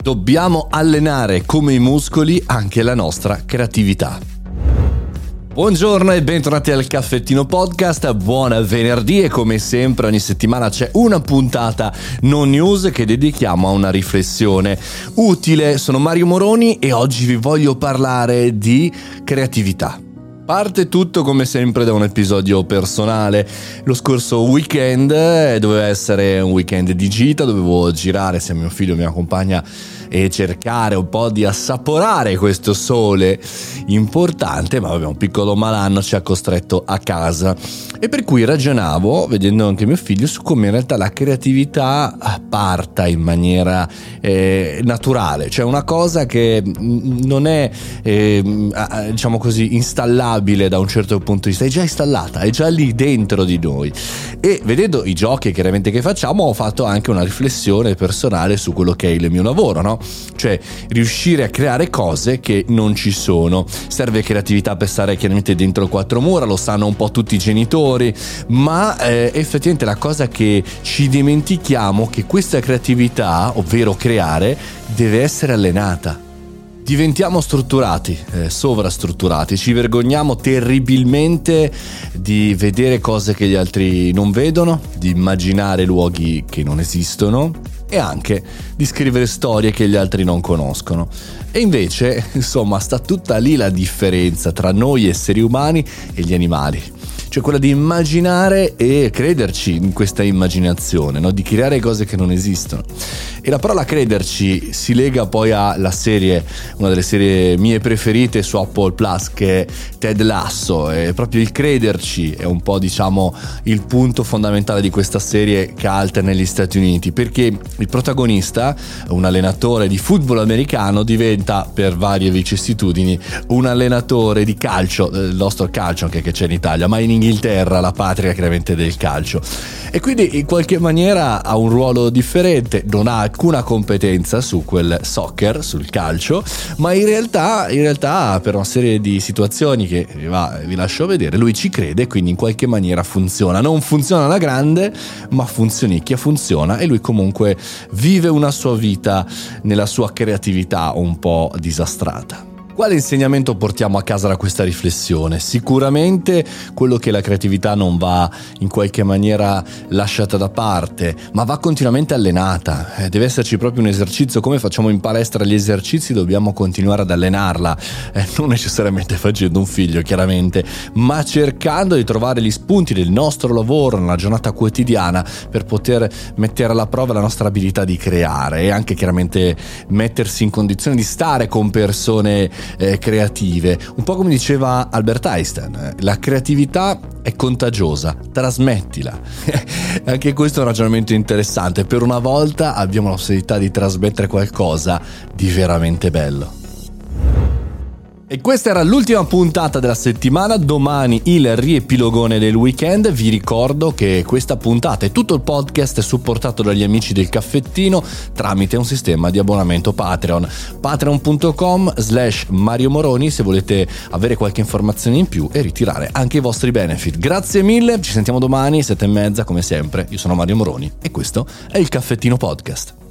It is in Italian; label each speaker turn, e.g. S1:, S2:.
S1: Dobbiamo allenare come i muscoli anche la nostra creatività. Buongiorno e bentornati al Caffettino Podcast, buon venerdì e come sempre ogni settimana c'è una puntata non news che dedichiamo a una riflessione utile. Sono Mario Moroni e oggi vi voglio parlare di creatività. Parte tutto come sempre da un episodio personale. Lo scorso weekend doveva essere un weekend di gita, dovevo girare assieme a mio figlio e mia compagna e cercare un po' di assaporare questo sole importante, ma un piccolo malanno ci ha costretto a casa e per cui ragionavo, vedendo anche mio figlio, su come in realtà la creatività parta in maniera naturale, cioè una cosa che non è diciamo così installabile da un certo punto di vista, è già installata, è già lì dentro di noi. E vedendo i giochi chiaramente che facciamo ho fatto anche una riflessione personale su quello che è il mio lavoro, no? Cioè riuscire a creare cose che non ci sono. Serve creatività per stare chiaramente dentro quattro mura, lo sanno un po' tutti i genitori, ma effettivamente la cosa che ci dimentichiamo che questa creatività, ovvero creare, deve essere allenata. Diventiamo strutturati, sovrastrutturati, ci vergogniamo terribilmente di vedere cose che gli altri non vedono, di immaginare luoghi che non esistono e anche di scrivere storie che gli altri non conoscono. E invece, insomma, sta tutta lì la differenza tra noi esseri umani e gli animali. Cioè quella di immaginare e crederci in questa immaginazione, no? Di creare cose che non esistono. E la parola crederci si lega poi alla serie, una delle serie mie preferite su Apple Plus, che è Ted Lasso. E proprio il crederci è un po', diciamo, il punto fondamentale di questa serie cult negli Stati Uniti, perché il protagonista, un allenatore di football americano, diventa per varie vicissitudini un allenatore di calcio, il nostro calcio anche che c'è in Italia, ma in Inghilterra, la patria chiaramente del calcio, e quindi in qualche maniera ha un ruolo differente, non ha alcuna competenza su quel soccer, sul calcio, ma in realtà per una serie di situazioni che vi lascio vedere, lui ci crede, quindi in qualche maniera funziona. Non funziona alla grande, ma funzionicchia, funziona, e lui comunque vive una sua vita nella sua creatività un po' disastrata. Quale insegnamento portiamo a casa da questa riflessione? Sicuramente quello che la creatività non va in qualche maniera lasciata da parte, ma va continuamente allenata. Deve esserci proprio un esercizio, come facciamo in palestra gli esercizi, dobbiamo continuare ad allenarla, non necessariamente facendo un figlio chiaramente, ma cercando di trovare gli spunti del nostro lavoro nella giornata quotidiana per poter mettere alla prova la nostra abilità di creare e anche chiaramente mettersi in condizione di stare con persone creative. Un po' come diceva Albert Einstein, la creatività è contagiosa, trasmettila. Anche questo è un ragionamento interessante. Per una volta abbiamo la possibilità di trasmettere qualcosa di veramente bello. E questa era l'ultima puntata della settimana, domani il riepilogone del weekend. Vi ricordo che questa puntata e tutto il podcast è supportato dagli amici del Caffettino tramite un sistema di abbonamento Patreon. Patreon.com/Mario Moroni se volete avere qualche informazione in più e ritirare anche i vostri benefit. Grazie mille, ci sentiamo domani 7:30 come sempre. Io sono Mario Moroni e questo è il Caffettino Podcast.